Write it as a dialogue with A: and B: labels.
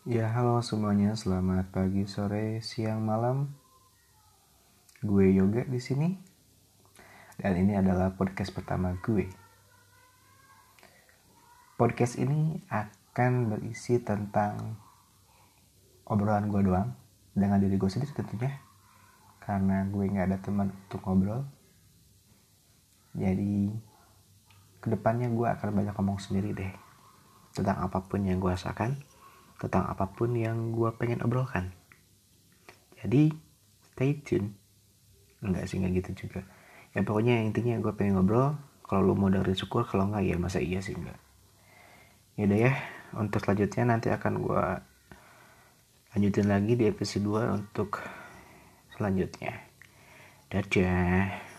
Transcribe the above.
A: Ya, halo semuanya. Selamat pagi, sore, siang, malam. Gue Yoga di sini. Dan ini adalah podcast pertama gue. Podcast ini akan berisi tentang obrolan gue doang dengan diri gue sendiri tentunya. Karena gue gak ada teman untuk ngobrol. Jadi kedepannya gue akan banyak ngomong sendiri deh. Tentang apapun yang gue rasakan. Tentang apapun yang gue pengen obrolkan. Jadi stay tune. Enggak sih, enggak gitu juga. Ya pokoknya intinya gue pengen ngobrol. Kalau lu mau dengerin syukur, kalau enggak ya masa iya sih enggak. Yaudah ya, untuk selanjutnya nanti akan gue lanjutin lagi di episode 2 untuk selanjutnya. Dadah.